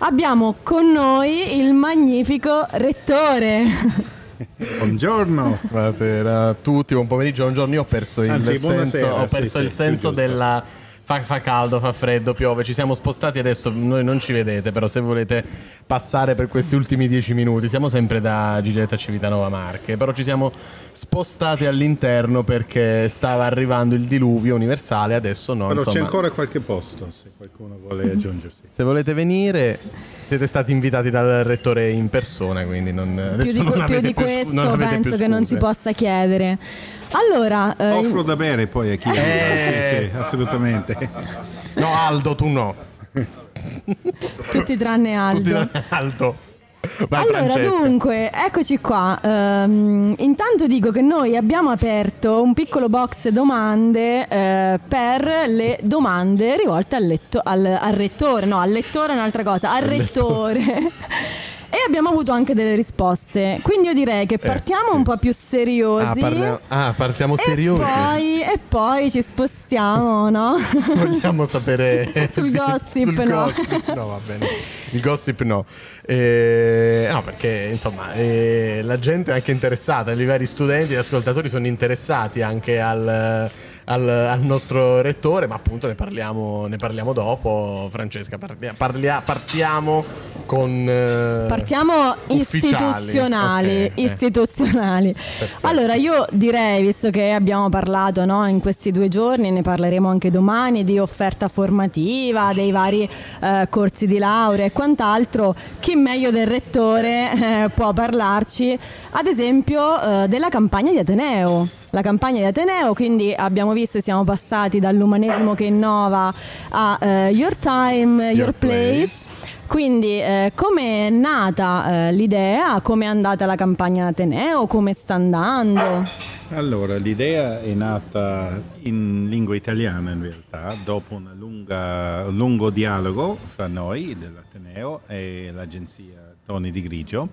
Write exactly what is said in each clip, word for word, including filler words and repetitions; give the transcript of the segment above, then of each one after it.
abbiamo con noi il magnifico rettore. Buongiorno. Buonasera a tutti, buon pomeriggio, buongiorno. Io ho perso il Anzi, senso, ho perso sì, il sì, senso della... Fa, fa caldo, fa freddo, piove, ci siamo spostati adesso, noi non ci vedete, però se volete passare per questi ultimi dieci minuti, siamo sempre da Gigetta Civitanova Marche, però ci siamo spostati all'interno perché stava arrivando il diluvio universale, adesso no. Però insomma, c'è ancora qualche posto se qualcuno vuole aggiungersi. Se volete venire, siete stati invitati dal rettore in persona, quindi non, più di, non più di più, questo non penso che non si possa chiedere. Allora, eh, offro da bere poi a chi eh, sì, sì, assolutamente. No, Aldo, tu no. tutti tranne Aldo. Tutti tranne Aldo. Vai, allora, Francesca. dunque, eccoci qua. Um, intanto dico che noi abbiamo aperto un piccolo box domande eh, per le domande rivolte al, letto, al, al rettore. No, al lettore è un'altra cosa, al, al rettore. E abbiamo avuto anche delle risposte. Quindi io direi che partiamo eh, sì. un po' più seriosi. Ah, parliamo, ah, partiamo seriosi. E poi, e poi ci spostiamo, no? Vogliamo sapere sul gossip, sul no? Gossip. No, va bene. Il gossip no. Eh, no, perché insomma eh, la gente è anche interessata, i vari studenti, gli ascoltatori sono interessati anche al... Al, al nostro rettore, ma appunto ne parliamo, ne parliamo dopo. Francesca, parlia, parlia, partiamo con eh, partiamo istituzionali, okay, istituzionali. Eh. Allora io direi, visto che abbiamo parlato, no, in questi due giorni, ne parleremo anche domani, di offerta formativa, dei vari eh, corsi di laurea e quant'altro, chi meglio del rettore eh, può parlarci ad esempio eh, della campagna di Ateneo. La campagna di Ateneo, quindi abbiamo visto e siamo passati dall'umanesimo che innova a uh, Your Time, Your, your Place. place. Quindi eh, come è nata eh, l'idea, come è andata la campagna Ateneo, come sta andando? Allora, l'idea è nata in lingua italiana in realtà, dopo una lunga, un lungo dialogo fra noi dell'Ateneo e l'agenzia Toni Di Grigio,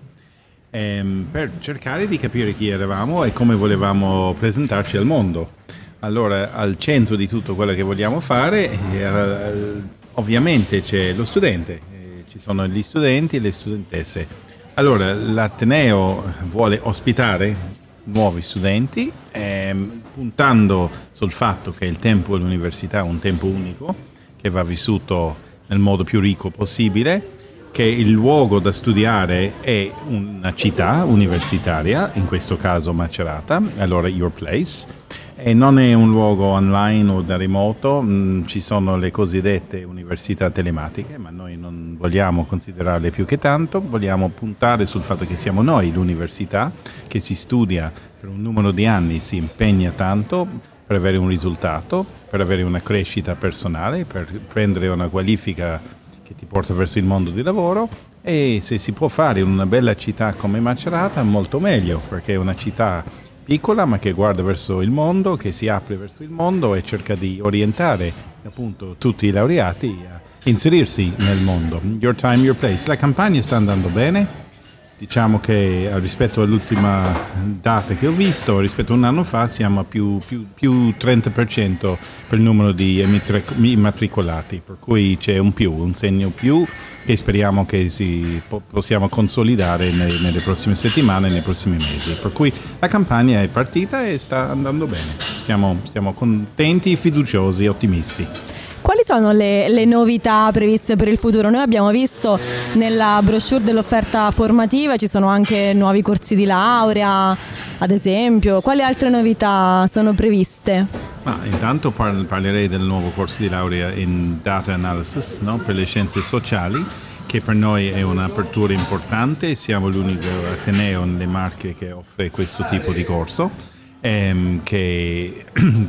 ehm, per cercare di capire chi eravamo e come volevamo presentarci al mondo. Allora, al centro di tutto quello che vogliamo fare, era, ovviamente c'è lo studente. Ci sono gli studenti e le studentesse. Allora, l'Ateneo vuole ospitare nuovi studenti, ehm, puntando sul fatto che il tempo dell'università è un tempo unico, che va vissuto nel modo più ricco possibile, che il luogo da studiare è una città universitaria, in questo caso Macerata, allora Your Place, e non è un luogo online o da remoto, mm, ci sono le cosiddette università telematiche, ma noi non vogliamo considerarle più che tanto, vogliamo puntare sul fatto che siamo noi l'università che si studia per un numero di anni, si impegna tanto per avere un risultato, per avere una crescita personale, per prendere una qualifica che ti porta verso il mondo di lavoro, e se si può fare in una bella città come Macerata molto meglio, perché è una città piccola ma che guarda verso il mondo, che si apre verso il mondo e cerca di orientare appunto tutti i laureati a inserirsi nel mondo. Your Time, Your Place. La campagna sta andando bene, diciamo che rispetto all'ultima data che ho visto, rispetto a un anno fa siamo a più, più, più trenta per cento per il numero di immatricolati, per cui c'è un più, un segno più che speriamo che si po- possiamo consolidare nei, nelle prossime settimane, nei prossimi mesi. Per cui la campagna è partita e sta andando bene. Stiamo, stiamo contenti, fiduciosi, ottimisti. Quali sono le, le novità previste per il futuro? Noi abbiamo visto nella brochure dell'offerta formativa ci sono anche nuovi corsi di laurea, ad esempio. Quali altre novità sono previste? Ma intanto par- parlerei del nuovo corso di laurea in Data Analysis, no? Per le scienze sociali, che per noi è un'apertura importante. Siamo l'unico ateneo nelle Marche che offre questo tipo di corso, ehm, che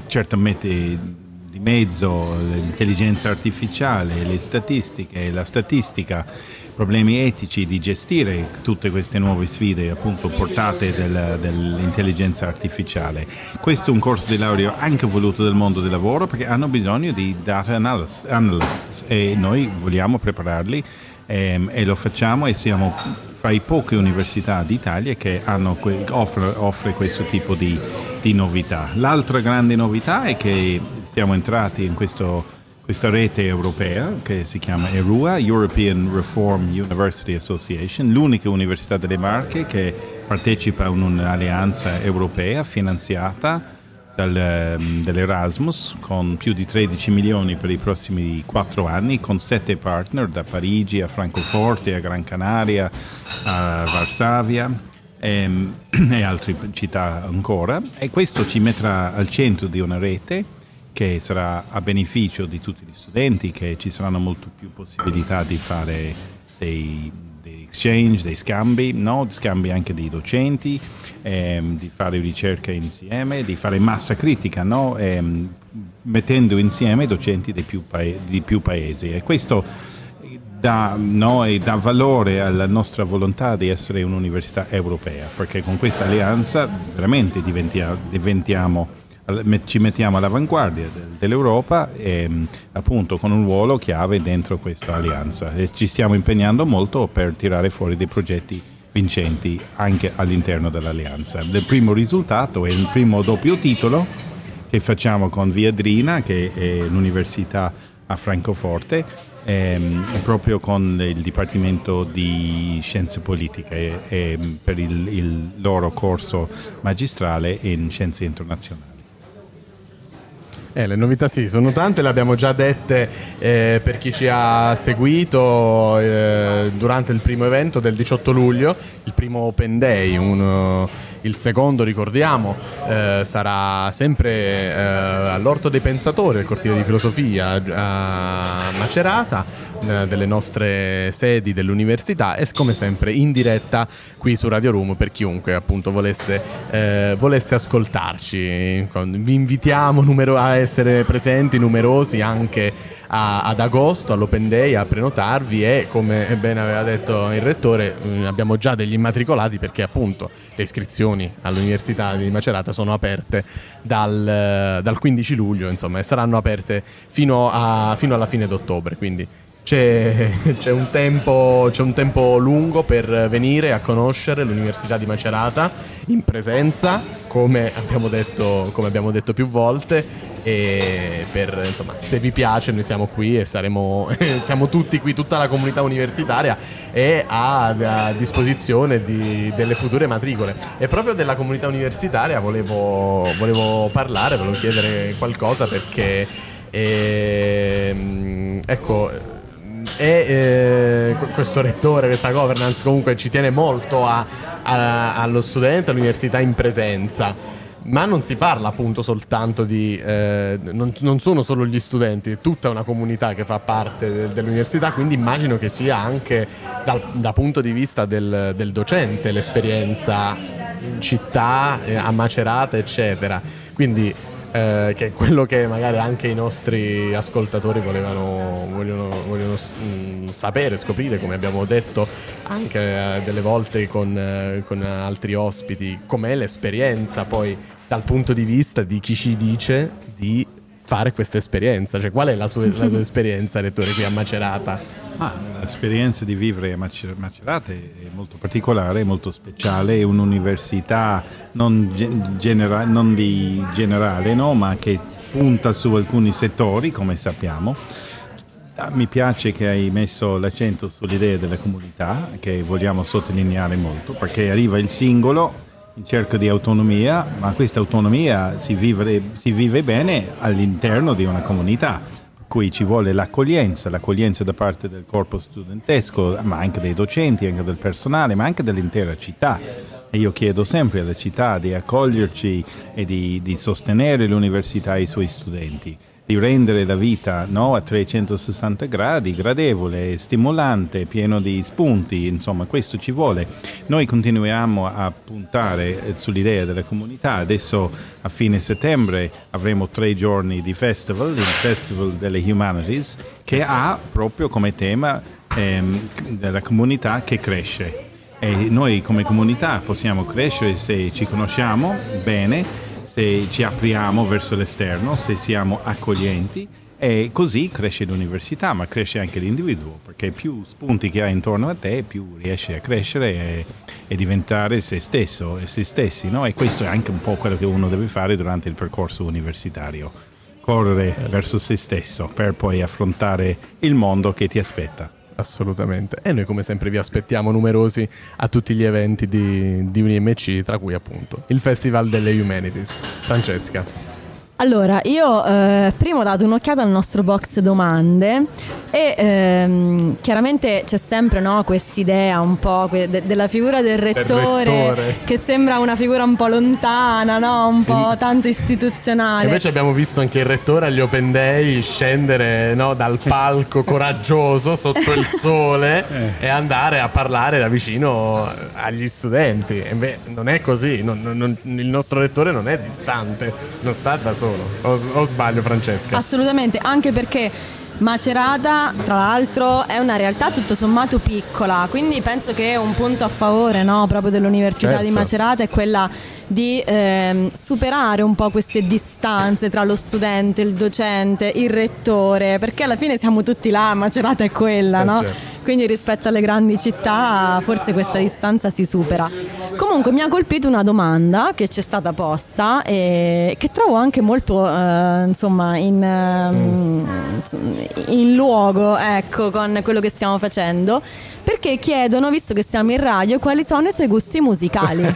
certamente di mezzo l'intelligenza artificiale, le statistiche, la statistica, problemi etici di gestire tutte queste nuove sfide appunto portate del, dell'intelligenza artificiale. Questo è un corso di laurea anche voluto dal mondo del lavoro, perché hanno bisogno di data analysts e noi vogliamo prepararli ehm, e lo facciamo, e siamo fra i poche università d'Italia che hanno, offre, offre questo tipo di, di novità. L'altra grande novità è che siamo entrati in questo, questa rete europea che si chiama E R U A, European Reform University Association, l'unica università delle Marche che partecipa a un'alleanza europea finanziata dal, dall'Erasmus con più di tredici milioni per i prossimi quattro anni, con sette partner da Parigi a Francoforte, a Gran Canaria, a Varsavia e, e altre città ancora. E questo ci metterà al centro di una rete che sarà a beneficio di tutti gli studenti, che ci saranno molto più possibilità di fare dei, dei exchange, dei scambi, no? Scambi anche dei docenti, ehm, di fare ricerca insieme, di fare massa critica, no? ehm, mettendo insieme docenti di più, pa- di più paesi. E questo dà, no? e dà valore alla nostra volontà di essere un'università europea, perché con questa alleanza veramente diventia- diventiamo ci mettiamo all'avanguardia dell'Europa e appunto con un ruolo chiave dentro questa alleanza, e ci stiamo impegnando molto per tirare fuori dei progetti vincenti anche all'interno dell'alleanza. Il primo risultato è il primo doppio titolo che facciamo con Viadrina, che è l'università a Francoforte, ehm, proprio con il Dipartimento di Scienze Politiche e, e per il, il loro corso magistrale in Scienze Internazionali. Eh, le novità sì, sono tante, le abbiamo già dette eh, per chi ci ha seguito eh, durante il primo evento del diciotto luglio, il primo Open Day, uno, il secondo, ricordiamo, eh, sarà sempre eh, all'Orto dei Pensatori, al cortile di filosofia a Macerata, eh, delle nostre sedi dell'università, e come sempre in diretta qui su Radio Room per chiunque appunto volesse, eh, volesse ascoltarci. Vi invitiamo numero- a essere presenti numerosi anche a, ad agosto all'Open Day, a prenotarvi, e come bene aveva detto il rettore eh, abbiamo già degli immatricolati, perché appunto le iscrizioni all'Università di Macerata sono aperte dal, dal quindici luglio, insomma, e saranno aperte fino, a, fino alla fine d'ottobre, quindi C'è, c'è, un tempo, c'è un tempo lungo per venire a conoscere l'Università di Macerata in presenza, come abbiamo detto, come abbiamo detto più volte, e per, insomma, se vi piace noi siamo qui e saremo siamo tutti qui, tutta la comunità universitaria è a, a disposizione di, delle future matricole. E proprio della comunità universitaria volevo, volevo parlare, volevo chiedere qualcosa, perché ehm, ecco, e eh, questo rettore, questa governance comunque ci tiene molto a, a, allo studente, all'università in presenza, ma non si parla appunto soltanto di eh, non, non sono solo gli studenti, è tutta una comunità che fa parte de, dell'università, quindi immagino che sia anche dal, da punto di vista del, del docente l'esperienza in città, eh, a Macerata eccetera, quindi Eh, che è quello che magari anche i nostri ascoltatori volevano, vogliono, vogliono mh, sapere, scoprire, come abbiamo detto anche eh, delle volte con, eh, con altri ospiti, com'è l'esperienza poi dal punto di vista di chi ci dice di fare questa esperienza, cioè qual è la sua, la sua esperienza, rettore, qui a Macerata? Ah, l'esperienza di vivere a Macerata è molto particolare, molto speciale, è un'università non, genera- non di generale, no? Ma che punta su alcuni settori, come sappiamo. Mi piace che hai messo l'accento sull'idea della comunità, che vogliamo sottolineare molto, perché arriva il singolo in cerca di autonomia, ma questa autonomia si vive, si vive bene all'interno di una comunità. Cui ci vuole l'accoglienza, l'accoglienza da parte del corpo studentesco, ma anche dei docenti, anche del personale, ma anche dell'intera città. E io chiedo sempre alla città di accoglierci e di, di sostenere l'università e i suoi studenti, di rendere la vita, no, a trecentosessanta gradi gradevole, stimolante, pieno di spunti, insomma questo ci vuole. Noi continuiamo a puntare sull'idea della comunità. Adesso a fine settembre avremo tre giorni di festival, il Festival delle Humanities, che ha proprio come tema ehm, la comunità che cresce. E noi come comunità possiamo crescere se ci conosciamo bene, se ci apriamo verso l'esterno, se siamo accoglienti, e così cresce l'università, ma cresce anche l'individuo, perché più spunti che hai intorno a te, più riesci a crescere e, e diventare se stesso e se stessi, no? E questo è anche un po' quello che uno deve fare durante il percorso universitario. correre verso se stesso per poi affrontare il mondo che ti aspetta. Assolutamente. E noi come sempre vi aspettiamo numerosi a tutti gli eventi di, di U N I M C, tra cui appunto il Festival delle Humanities. Francesca. Allora, io eh, prima ho dato un'occhiata al nostro box domande e ehm, chiaramente c'è sempre, no, quest'idea un po' que- de- della figura del rettore, rettore che sembra una figura un po' lontana, no? Un po' tanto istituzionale. E invece abbiamo visto anche il rettore agli Open Day scendere, no, dal palco coraggioso sotto il sole e andare a parlare da vicino agli studenti. E beh, non è così, non, non, il nostro rettore non è distante, non sta da solo. O, o sbaglio, Francesca? Assolutamente, anche perché Macerata, tra l'altro, è una realtà tutto sommato piccola, quindi penso che un punto a favore, no, proprio dell'Università certo. di Macerata è quella di ehm, superare un po' queste distanze tra lo studente, il docente, il rettore, perché alla fine siamo tutti là, Macerata è quella, eh, no? certo. Quindi rispetto alle grandi città forse questa distanza si supera. Comunque mi ha colpito una domanda che ci è stata posta e che trovo anche molto eh, insomma in, mm. in luogo, ecco, con quello che stiamo facendo, perché chiedono, visto che siamo in radio, quali sono i suoi gusti musicali.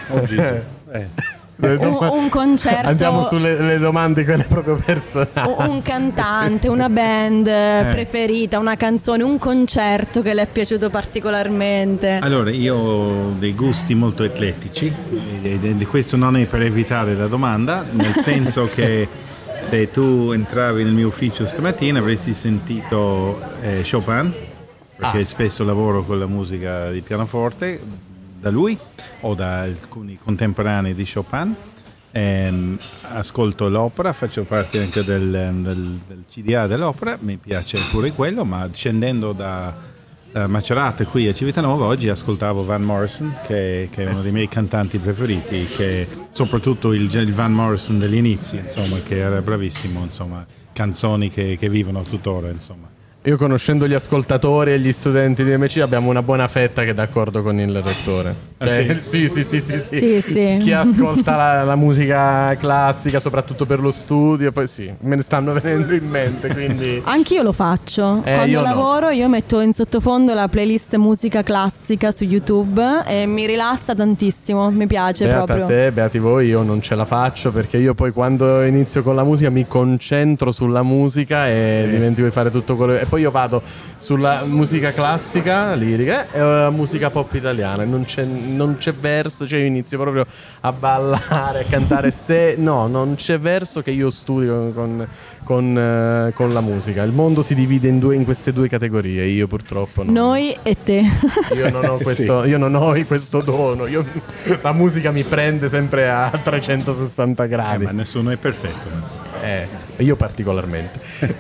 eh. Un, un concerto. Andiamo sulle le domande quelle proprio personali. Un, un cantante, una band eh. preferita, una canzone, un concerto che le è piaciuto particolarmente. Allora, io ho dei gusti molto eclettici e, e, e questo non è per evitare la domanda, nel senso che se tu entravi nel mio ufficio stamattina avresti sentito eh, Chopin, perché ah. spesso lavoro con la musica di pianoforte da lui o da alcuni contemporanei di Chopin. Ehm, ascolto l'opera, faccio parte anche del, del, del C D A dell'opera, mi piace pure quello, ma scendendo da, da Macerata qui a Civitanova oggi ascoltavo Van Morrison, che, che è uno dei miei cantanti preferiti, che soprattutto il, il Van Morrison degli inizi, insomma, che era bravissimo, insomma, canzoni che, che vivono tuttora, insomma. Io, conoscendo gli ascoltatori e gli studenti di M C, abbiamo una buona fetta che è d'accordo con il rettore. Ah, cioè, sì? sì, sì, sì, sì, sì. Sì, sì. Chi ascolta la, la musica classica, soprattutto per lo studio, poi sì, me ne stanno venendo in mente, quindi... Anch'io lo faccio. Eh, Quando io lavoro no. io metto in sottofondo la playlist musica classica su YouTube e mi rilassa tantissimo, mi piace Beata proprio. a te, beati voi, io non ce la faccio perché io poi quando inizio con la musica mi concentro sulla musica e eh. dimentico di fare tutto quello... E poi io vado sulla musica classica, lirica e la musica pop italiana, non c'è, non c'è verso, cioè io inizio proprio a ballare, a cantare, se no, non c'è verso che io studio con, con, eh, con la musica. Il mondo si divide in due, in queste due categorie, io purtroppo no. Noi e te. Io non ho questo, sì. io non ho questo dono, io, la musica mi prende sempre a trecentosessanta gradi. Eh, ma nessuno è perfetto. Eh, io particolarmente.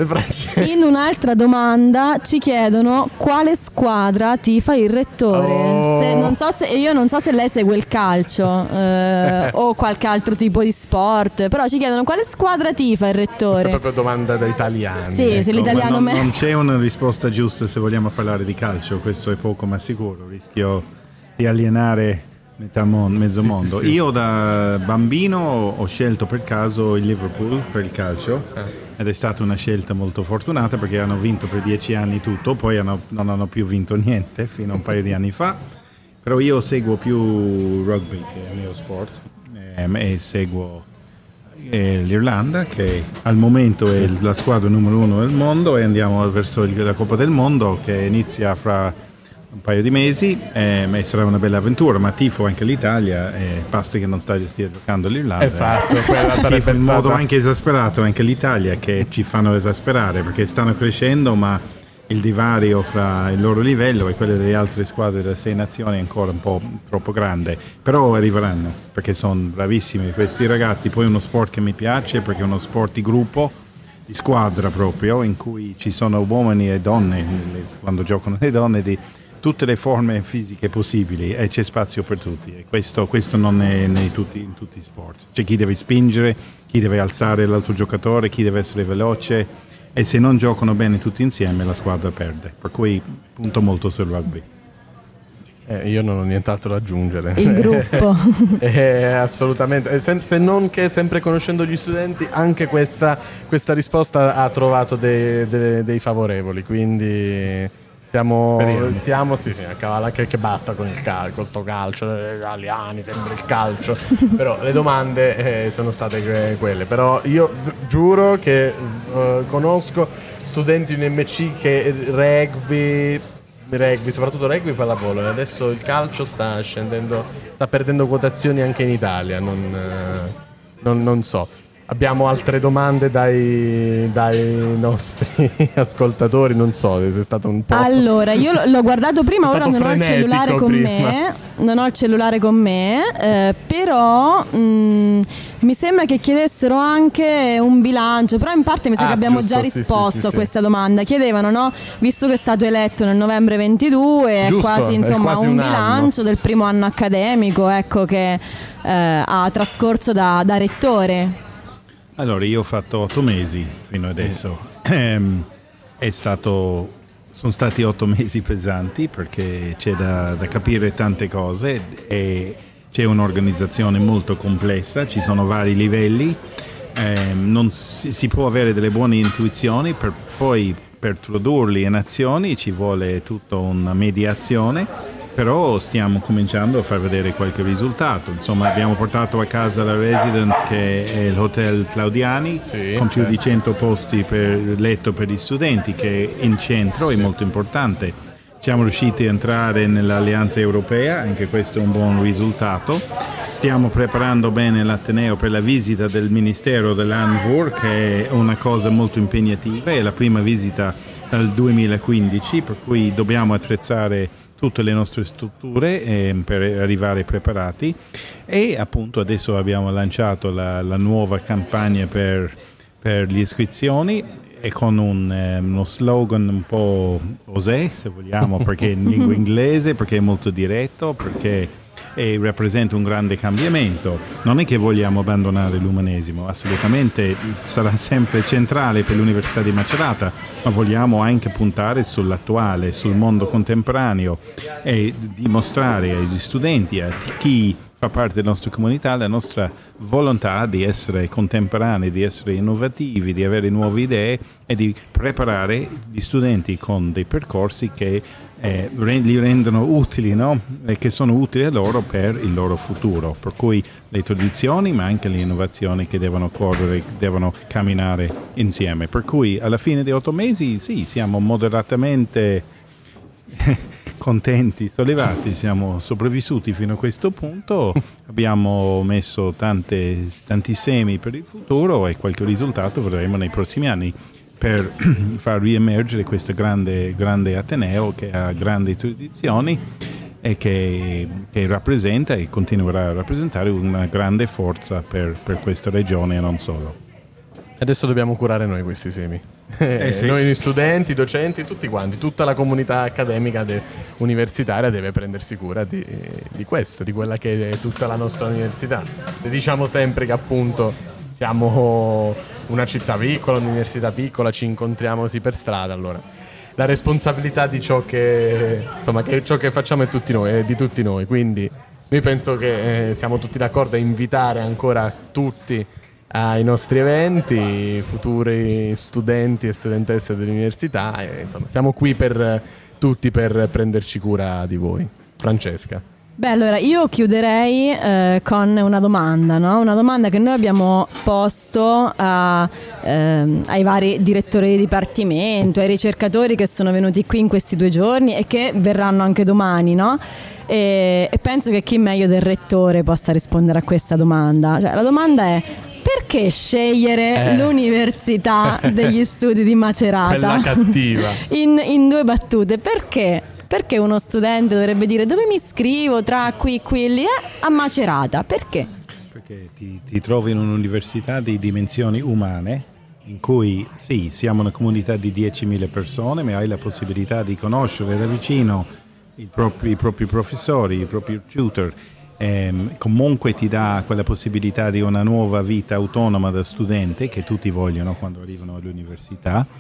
In un'altra domanda ci chiedono quale squadra tifa il rettore. Oh. Se, non so se, io non so se lei segue il calcio eh, o qualche altro tipo di sport, però ci chiedono quale squadra tifa il rettore. Questa è proprio domanda da italiani. Sì, ecco. se l'italiano non, me... non c'è una risposta giusta se vogliamo parlare di calcio, questo è poco ma sicuro, rischio di alienare metà mondo, mezzo sì, mondo. Sì, sì. Io da bambino ho scelto per caso il Liverpool per il calcio eh. ed è stata una scelta molto fortunata perché hanno vinto per dieci anni tutto, poi hanno, non hanno più vinto niente fino a un paio di anni fa, però io seguo più rugby che è il mio sport ehm, e seguo eh, l'Irlanda che al momento è la squadra numero uno del mondo e andiamo verso il, la Coppa del Mondo che inizia fra un paio di mesi eh, e sarà una bella avventura, ma tifo anche l'Italia e basta che non stia giocando l'Irlanda. Esatto, quella sarebbe tifo in stata... modo anche esasperato anche l'Italia che ci fanno esasperare perché stanno crescendo ma il divario fra il loro livello e quello delle altre squadre delle sei nazioni è ancora un po' troppo grande, però arriveranno perché sono bravissimi questi ragazzi. Poi è uno sport che mi piace perché è uno sport di gruppo, di squadra proprio, in cui ci sono uomini e donne quando giocano le donne di tutte le forme fisiche possibili e c'è spazio per tutti e questo, questo non è nei tutti, in tutti i sport. C'è chi deve spingere, chi deve alzare l'altro giocatore, chi deve essere veloce e se non giocano bene tutti insieme la squadra perde, per cui punto molto sul rugby. Eh, io non ho nient'altro da aggiungere. Il gruppo. eh, assolutamente. Eh, sem- se non che sempre conoscendo gli studenti, anche questa, questa risposta ha trovato dei, dei, dei favorevoli. Quindi stiamo, stiamo sì, sì, a cavallo anche che basta con il cal- con sto calcio. Eh, Aliani, sempre il calcio. Però le domande eh, sono state que- quelle. Però io d- giuro che uh, conosco studenti in M C che rugby. Rugby, soprattutto rugby e pallavolo, e adesso il calcio sta scendendo, sta perdendo quotazioni anche in Italia, non, eh, non, non so. Abbiamo altre domande dai, dai nostri ascoltatori, non so se è stato un po'... Allora, io l- l'ho guardato prima, ora non ho il cellulare con prima. me, non ho il cellulare con me, eh, però mh, mi sembra che chiedessero anche un bilancio, però in parte mi sa Ah, che abbiamo giusto, già sì, sì, risposto sì, a sì. questa domanda. Chiedevano, no? Visto che è stato eletto nel novembre ventidue, Giusto, è quasi è insomma quasi un, un bilancio del primo anno accademico, ecco, che eh, ha trascorso da, da rettore. Allora, io ho fatto otto mesi fino adesso. Ehm, è stato, sono stati otto mesi pesanti perché c'è da, da capire tante cose e c'è un'organizzazione molto complessa, ci sono vari livelli, ehm, non si, si può avere delle buone intuizioni, per poi per tradurli in azioni ci vuole tutta una mediazione. Però stiamo cominciando a far vedere qualche risultato. Insomma, abbiamo portato a casa la residence che è l'Hotel Claudiani, Sì, con più certo. di cento posti per letto per gli studenti, che è in centro, è molto importante. Siamo riusciti a entrare nell'Alleanza Europea, anche questo è un buon risultato. Stiamo preparando bene l'Ateneo per la visita del Ministero dell'Anvur, che è una cosa molto impegnativa, è la prima visita dal duemilaquindici, per cui dobbiamo attrezzare tutte le nostre strutture eh, per arrivare preparati, e appunto adesso abbiamo lanciato la, la nuova campagna per, per le iscrizioni, e con un, eh, uno slogan un po' osé, se vogliamo, perché è in lingua inglese, perché è molto diretto, perché e rappresenta un grande cambiamento. Non è che vogliamo abbandonare l'umanesimo, assolutamente sarà sempre centrale per l'Università di Macerata, ma vogliamo anche puntare sull'attuale, sul mondo contemporaneo, e dimostrare agli studenti, a chi fa parte della nostra comunità, la nostra volontà di essere contemporanei, di essere innovativi, di avere nuove idee e di preparare gli studenti con dei percorsi che eh, li rendono utili, no? E che sono utili a loro per il loro futuro. Per cui le tradizioni, ma anche le innovazioni che devono correre, devono camminare insieme. Per cui alla fine di otto mesi, sì, siamo moderatamente contenti, sollevati, siamo sopravvissuti fino a questo punto, abbiamo messo tante, tanti semi per il futuro e qualche risultato vedremo nei prossimi anni per far riemergere questo grande, grande Ateneo che ha grandi tradizioni e che, che rappresenta e continuerà a rappresentare una grande forza per, per questa regione e non solo. Adesso dobbiamo curare noi questi semi. Eh sì. Noi gli studenti, i docenti, tutti quanti, tutta la comunità accademica de- universitaria deve prendersi cura di, di questo, di quella che è tutta la nostra università. E diciamo sempre che appunto siamo una città piccola, un'università piccola, ci incontriamo sì per strada, allora la responsabilità di ciò che insomma che ciò che facciamo è tutti noi, è di tutti noi, quindi io penso che eh, siamo tutti d'accordo a invitare ancora tutti ai nostri eventi, futuri studenti e studentesse dell'università, e insomma siamo qui per tutti per prenderci cura di voi. Francesca. Beh, allora io chiuderei eh, con una domanda, no? Una domanda che noi abbiamo posto a, ehm, ai vari direttori di dipartimento, ai ricercatori che sono venuti qui in questi due giorni e che verranno anche domani, no? E, e penso che chi meglio del rettore possa rispondere a questa domanda. Cioè, la domanda è: perché scegliere Eh. l'Università degli Studi di Macerata? Quella cattiva. In, in due battute, perché? Perché uno studente dovrebbe dire dove mi iscrivo tra qui, qui e lì? Eh, a Macerata, perché? Perché ti, ti trovi in un'università di dimensioni umane, in cui sì, siamo una comunità di diecimila persone, ma hai la possibilità di conoscere da vicino i propri, i propri professori, i propri tutor. Ehm, comunque ti dà quella possibilità di una nuova vita autonoma da studente che tutti vogliono quando arrivano all'università.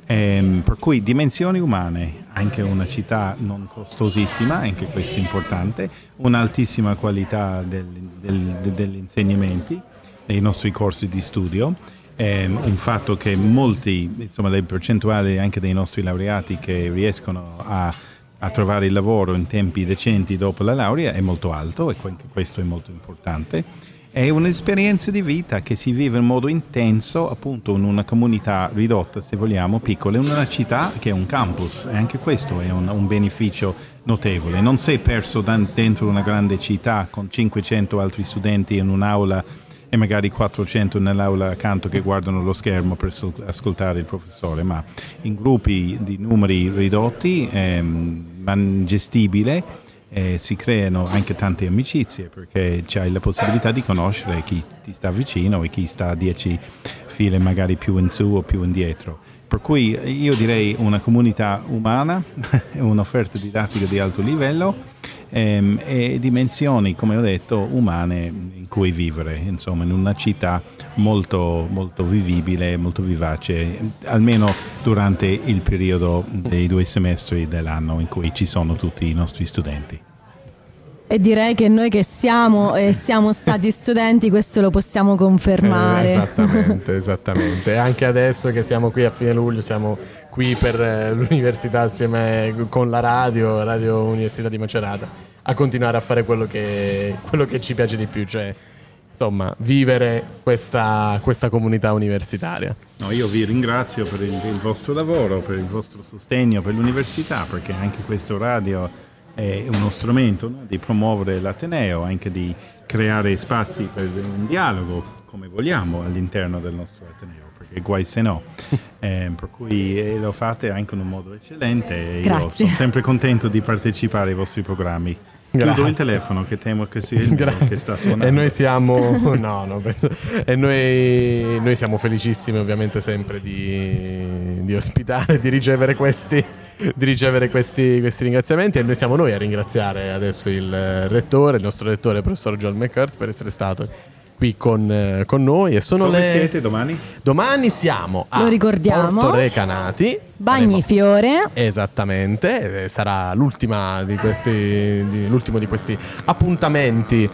Ehm, per cui dimensioni umane, anche una città non costosissima, anche questo è importante, un'altissima qualità del, del, degli insegnamenti, dei nostri corsi di studio, ehm, un fatto che molti, insomma le percentuali anche dei nostri laureati che riescono a, a trovare il lavoro in tempi decenti dopo la laurea è molto alto, e questo è molto importante. È un'esperienza di vita che si vive in modo intenso, appunto in una comunità ridotta, se vogliamo, piccola, in una città che è un campus, e anche questo è un, un beneficio notevole. Non sei perso dentro una grande città con cinquecento altri studenti in un'aula e magari quattrocento nell'aula accanto che guardano lo schermo per ascoltare il professore, ma in gruppi di numeri ridotti, ehm, gestibile. Eh, si creano anche tante amicizie, perché c'hai la possibilità di conoscere chi ti sta vicino e chi sta dieci file magari più in su o più indietro. Per cui io direi una comunità umana, un'offerta didattica di alto livello ehm, e dimensioni, come ho detto, umane in cui vivere, insomma, in una città molto, molto vivibile, molto vivace, almeno durante il periodo dei due semestri dell'anno in cui ci sono tutti i nostri studenti. E direi che noi che siamo e siamo stati studenti questo lo possiamo confermare. Eh, esattamente, esattamente. E anche adesso che siamo qui a fine luglio, siamo qui per eh, l'università assieme con la radio, Radio Università di Macerata, a continuare a fare quello che, quello che ci piace di più, cioè insomma vivere questa, questa comunità universitaria. No, io vi ringrazio per il, il vostro lavoro, per il vostro sostegno per l'università, perché anche questo radio è uno strumento, no, di promuovere l'Ateneo, anche di creare spazi per un dialogo come vogliamo all'interno del nostro Ateneo, perché guai se no. Eh, per cui eh, lo fate anche in un modo eccellente, e io sono sempre contento di partecipare ai vostri programmi. Grazie. Chiudo il telefono, che temo che sia il mio che sta suonando. E noi siamo no, no, penso, e noi, noi siamo felicissimi ovviamente sempre di, di ospitare, di ricevere questi di ricevere questi, questi ringraziamenti, e noi siamo noi a ringraziare adesso il rettore, il nostro rettore, il professor John McCart, per essere stato qui con, con noi. E sono Dove le... siete domani? Domani siamo a Lo ricordiamo. Porto Recanati, Bagnifiore. Esattamente, sarà l'ultima di questi, di, l'ultimo di questi appuntamenti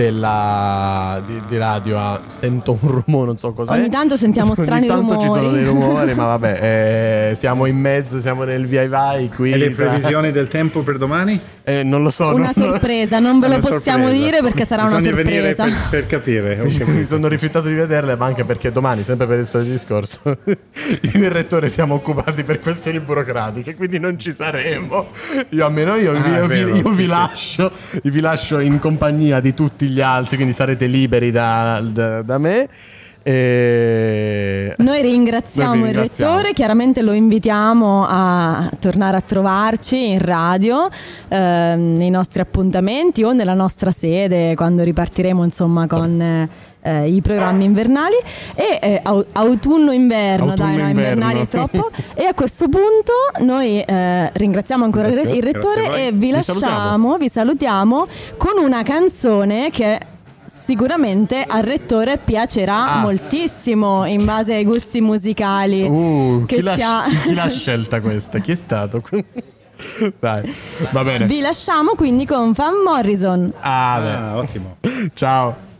della di, di radio. A, sento un rumore, non so cos'è. Ogni tanto sentiamo strani rumori. Ogni tanto rumori. ci sono dei rumori, ma vabbè, eh, siamo in mezzo, siamo nel via vai qui. E le previsioni del tempo per domani? Eh, non lo so. Una non, sorpresa, non ve lo una possiamo sorpresa. dire perché sarà Bisogna una sorpresa. venire per, per capire. Mi sono rifiutato di vederle, ma anche perché domani, sempre per il solito discorso, io e il rettore siamo occupati per questioni burocratiche, quindi non ci saremo. Io almeno io, Ah, io, vero, vi, io sì, vi sì. lascio, vi lascio in compagnia di tutti gli altri, quindi sarete liberi da, da, da me. E... Noi ringraziamo, Noi vi il ringraziamo. rettore, chiaramente lo invitiamo a tornare a trovarci in radio, eh, nei nostri appuntamenti o nella nostra sede quando ripartiremo, insomma, con eh, i programmi invernali e eh, au- autunno-inverno, dai, no, Autunno-inverno. invernali è troppo. E a questo punto noi eh, ringraziamo ancora Grazie. il rettore Grazie a voi. e vi Vi lasciamo, salutiamo. vi salutiamo con una canzone che sicuramente al rettore piacerà Ah. moltissimo in base ai gusti musicali Uh, che chi, l'ha, ci ha. chi, chi l'ha scelta questa? Chi è stato? Dai, va bene. Vi lasciamo quindi con Van Morrison. Ah, beh. Ah, ottimo. Ciao.